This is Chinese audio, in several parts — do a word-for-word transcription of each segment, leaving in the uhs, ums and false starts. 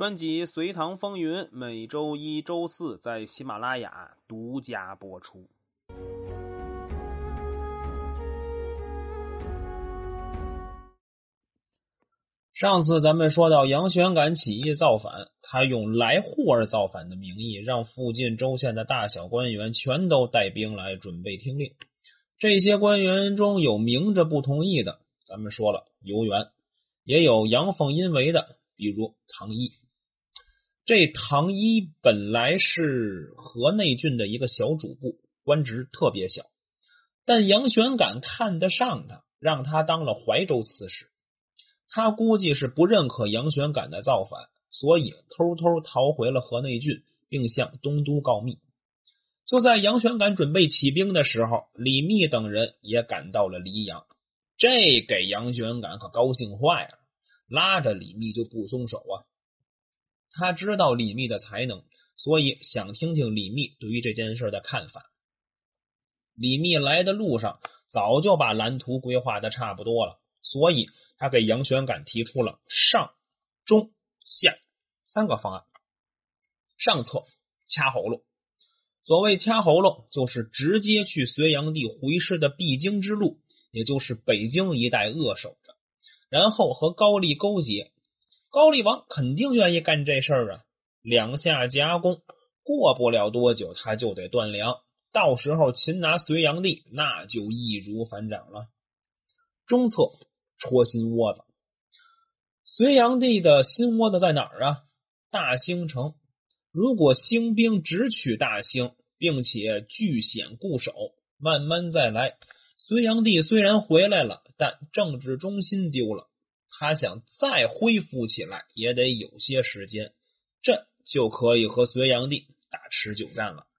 专辑《隋唐风云》每周一、周四在喜马拉雅独家播出。 上次咱们说到杨玄感起义造反，他用来护而造反的名义，让附近州县的大小官员全都带兵来准备听令。这些官员中有明着不同意的，咱们说了游园，也有阳奉阴违的，比如唐一。这唐一本来是河内郡的一个小主簿，官职特别小，但杨玄感看得上他，让他当了怀州刺史。他估计是不认可杨玄感的造反，所以偷偷逃回了河内郡，并向东都告密。就在杨玄感准备起兵的时候，李密等人也赶到了黎阳，这给杨玄感可高兴坏了，拉着李密就不松手啊。他知道李密的才能，所以想听听李密对于这件事的看法。李密来的路上早就把蓝图规划的差不多了，所以他给杨玄感提出了上、中、下三个方案。上策掐喉咙，所谓掐喉咙，就是直接去隋炀帝回师的必经之路，也就是北京一带扼守着，然后和高丽勾结。高丽王肯定愿意干这事儿啊，两下夹攻，过不了多久他就得断粮，到时候擒拿隋炀帝那就易如反掌了。中策戳心窝子，隋炀帝的心窝子在哪儿啊？大兴城。如果兴兵直取大兴，并且据险固守，慢慢再来，隋炀帝虽然回来了，但政治中心丢了，他想再恢复起来也得有些时间，这就可以和隋炀帝打持久战了。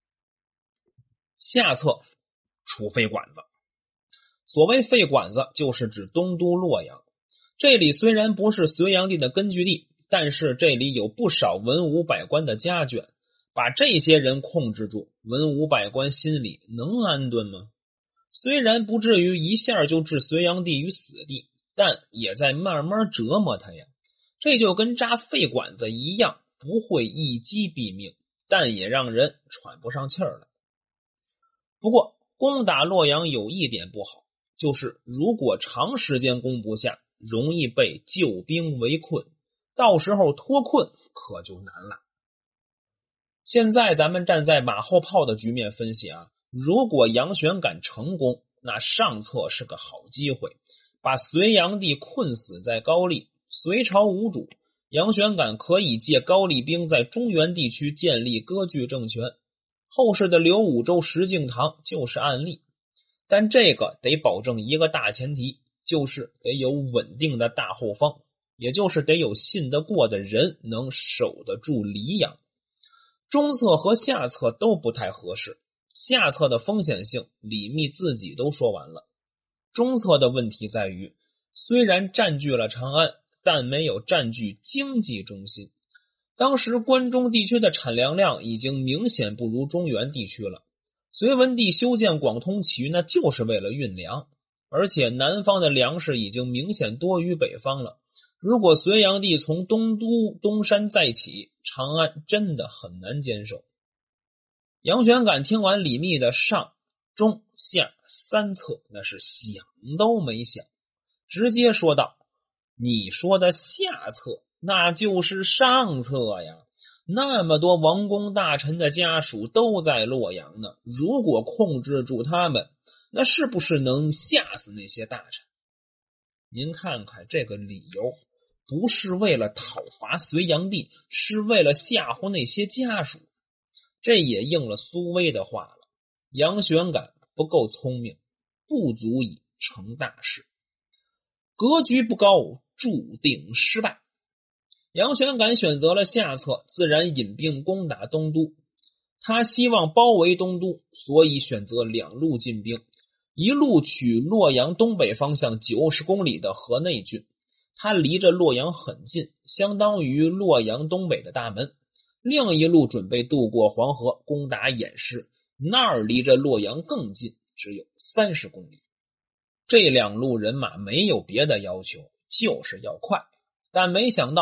下策除废馆子。所谓废馆子，就是指东都洛阳。这里虽然不是隋炀帝的根据地，但是这里有不少文武百官的家眷，把这些人控制住，文武百官心里能安顿吗？虽然不至于一下就置隋炀帝于死地，但也在慢慢折磨他呀。这就跟扎废管子一样，不会一击毙命，但也让人喘不上气儿来。不过攻打洛阳有一点不好，就是如果长时间攻不下，容易被救兵围困，到时候脱困可就难了。现在咱们站在马后炮的局面分析啊，如果杨玄感成功，那上策是个好机会，把隋炀帝困死在高丽，隋朝无主，杨玄感可以借高丽兵在中原地区建立割据政权。后世的刘武周、石敬瑭就是案例，但这个得保证一个大前提，就是得有稳定的大后方，也就是得有信得过的人能守得住黎阳。中策和下策都不太合适，下策的风险性李密自己都说完了。中策的问题在于，虽然占据了长安，但没有占据经济中心。当时关中地区的产粮量已经明显不如中原地区了，隋文帝修建广通渠那就是为了运粮，而且南方的粮食已经明显多于北方了。如果隋炀帝从东都东山再起，长安真的很难坚守。杨玄感听完李密的上、中、下三策，那是想都没想，直接说道：你说的下策那就是上策呀，那么多王公大臣的家属都在洛阳呢，如果控制住他们，那是不是能吓死那些大臣？您看看这个理由，不是为了讨伐隋炀帝，是为了吓唬那些家属。这也应了苏威的话了，杨玄感不够聪明，不足以成大事，格局不高，注定失败。杨玄感选择了下策，自然引兵攻打东都。他希望包围东都，所以选择两路进兵，一路取洛阳东北方向九十公里的河内郡，它离着洛阳很近，相当于洛阳东北的大门。另一路准备渡过黄河攻打偃师，那儿离着洛阳更近，只有三十公里。这两路人马没有别的要求，就是要快，但没想到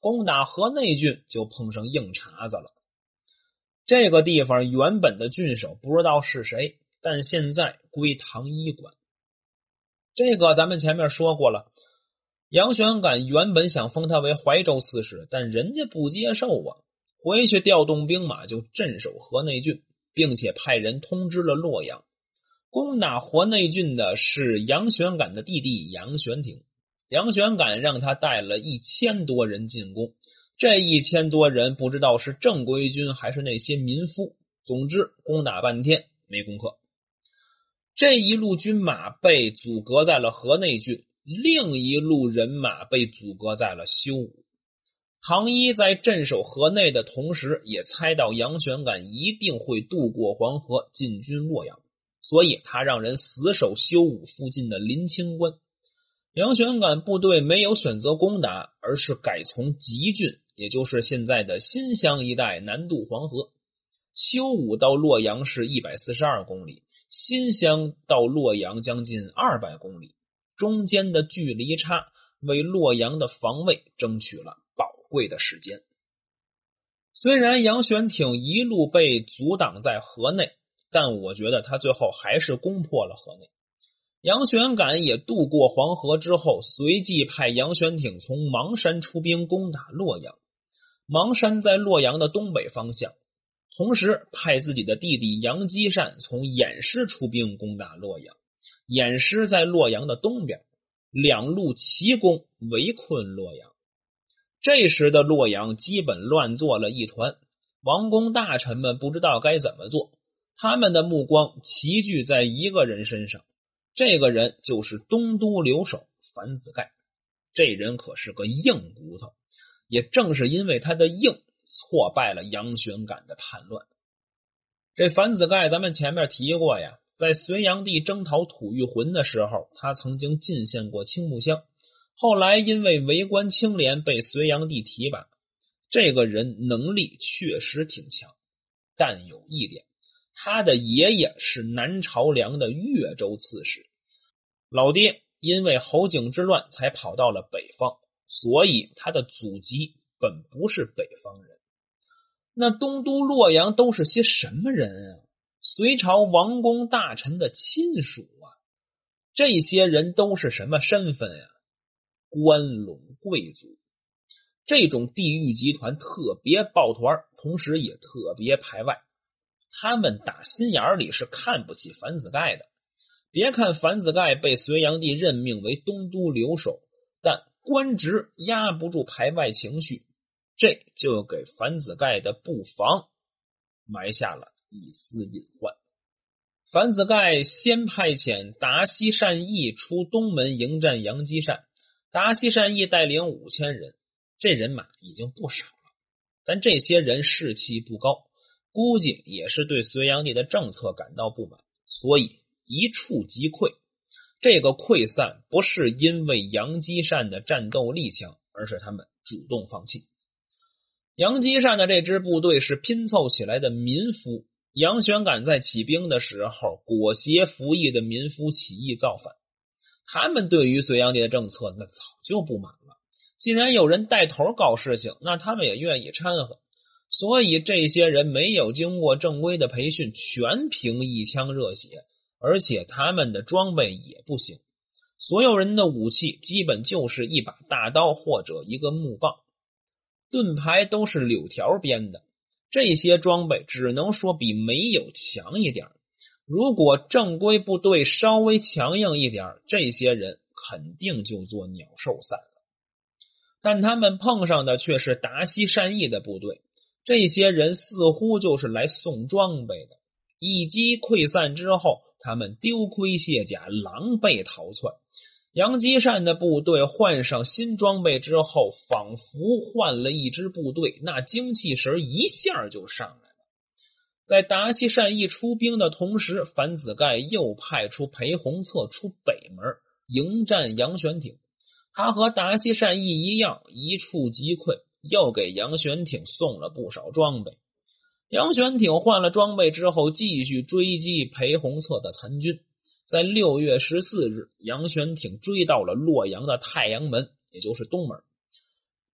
攻打河内郡就碰上硬茬子了。这个地方原本的郡守不知道是谁，但现在归唐一管。这个咱们前面说过了，杨玄感原本想封他为怀州刺史，但人家不接受啊，回去调动兵马就镇守河内郡，并且派人通知了洛阳。攻打河内郡的是杨玄感的弟弟杨玄庭，杨玄感让他带了一千多人进攻，这一千多人不知道是正规军还是那些民夫，总之攻打半天没攻克。这一路军马被阻隔在了河内郡，另一路人马被阻隔在了修武。唐一在镇守河内的同时，也猜到杨玄感一定会渡过黄河进军洛阳，所以他让人死守修武附近的临清关。杨玄感部队没有选择攻打，而是改从吉郡，也就是现在的新乡一带南渡黄河。修武到洛阳是一百四十二公里，新乡到洛阳将近二百公里，中间的距离差为洛阳的防卫争取了宝贵的时间。虽然杨玄挺一路被阻挡在河内，但我觉得他最后还是攻破了河内。杨玄感也渡过黄河之后，随即派杨玄挺从邙山出兵攻打洛阳。邙山在洛阳的东北方向，同时派自己的弟弟杨基善从偃师出兵攻打洛阳。偃师在洛阳的东边，两路齐攻围困洛阳。这时的洛阳基本乱作了一团，王公大臣们不知道该怎么做，他们的目光齐聚在一个人身上，这个人就是东都留守樊子盖。这人可是个硬骨头，也正是因为他的硬，挫败了杨玄感的叛乱。这樊子盖咱们前面提过呀，在隋炀帝征讨吐谷浑的时候，他曾经进献过青木乡，后来因为为官清廉被隋炀帝提拔。这个人能力确实挺强，但有一点，他的爷爷是南朝梁的越州刺史，老爹因为侯景之乱才跑到了北方，所以他的祖籍本不是北方人。那东都洛阳都是些什么人啊？隋朝王公大臣的亲属啊。这些人都是什么身份呀？关陇贵族。这种地域集团特别抱团，同时也特别排外。他们打心眼里是看不起樊子盖的。别看樊子盖被隋炀帝任命为东都留守，但官职压不住排外情绪，这就给樊子盖的布防埋下了一丝隐患。樊子盖先派遣达西善义出东门迎战杨基善，达西善义带领五千人，这人马已经不少了，但这些人士气不高，估计也是对隋炀帝的政策感到不满，所以一触即溃。这个溃散不是因为杨基善的战斗力强，而是他们主动放弃。杨基善的这支部队是拼凑起来的民夫，杨玄感在起兵的时候，裹挟服役的民夫起义造反，他们对于隋炀帝的政策那早就不满了。既然有人带头搞事情，那他们也愿意掺和，所以这些人没有经过正规的培训，全凭一腔热血，而且他们的装备也不行，所有人的武器基本就是一把大刀或者一个木棒，盾牌都是柳条编的，这些装备只能说比没有强一点。如果正规部队稍微强硬一点，这些人肯定就做鸟兽散了。但他们碰上的却是达西善义的部队，这些人似乎就是来送装备的。一击溃散之后，他们丢盔卸甲，狼狈逃窜。杨基善的部队换上新装备之后，仿佛换了一支部队，那精气神一下就上来了。在达西善义出兵的同时，樊子盖又派出裴弘策出北门迎战杨玄挺。他和达西善义一样，一触即溃，又给杨玄挺送了不少装备。杨玄挺换了装备之后，继续追击裴弘策的残军。在六月十四日，杨玄挺追到了洛阳的太阳门，也就是东门。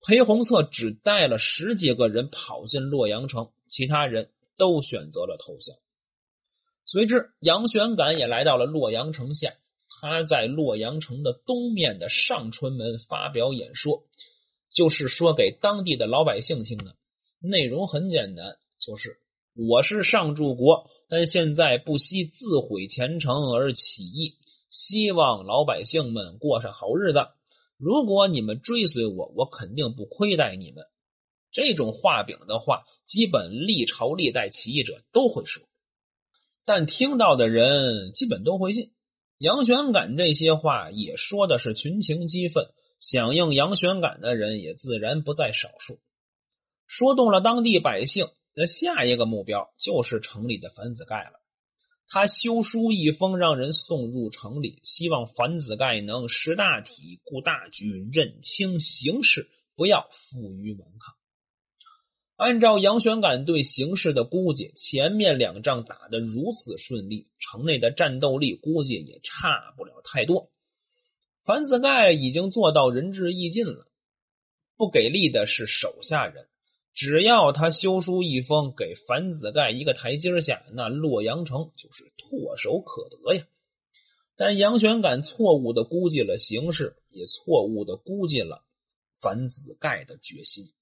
裴弘策只带了十几个人跑进洛阳城，其他人都选择了投降。随之杨玄感也来到了洛阳城下，他在洛阳城的东面的上春门发表演说，就是说给当地的老百姓听的。内容很简单，就是我是上柱国，但现在不惜自毁前程而起义，希望老百姓们过上好日子。如果你们追随我，我肯定不亏待你们。这种画饼的话，基本历朝历代起义者都会说，但听到的人基本都会信。杨玄感这些话也说的是群情激愤，响应杨玄感的人也自然不在少数。说动了当地百姓，那下一个目标就是城里的樊子盖了。他修书一封，让人送入城里，希望樊子盖能识大体、顾大局、认清形势，不要负隅顽抗。按照杨玄感对形势的估计，前面两仗打得如此顺利，城内的战斗力估计也差不了太多。樊子盖已经做到仁至义尽了，不给力的是手下人，只要他修书一封，给樊子盖一个台阶下，那洛阳城就是唾手可得呀。但杨玄感错误地估计了形势，也错误地估计了樊子盖的决心。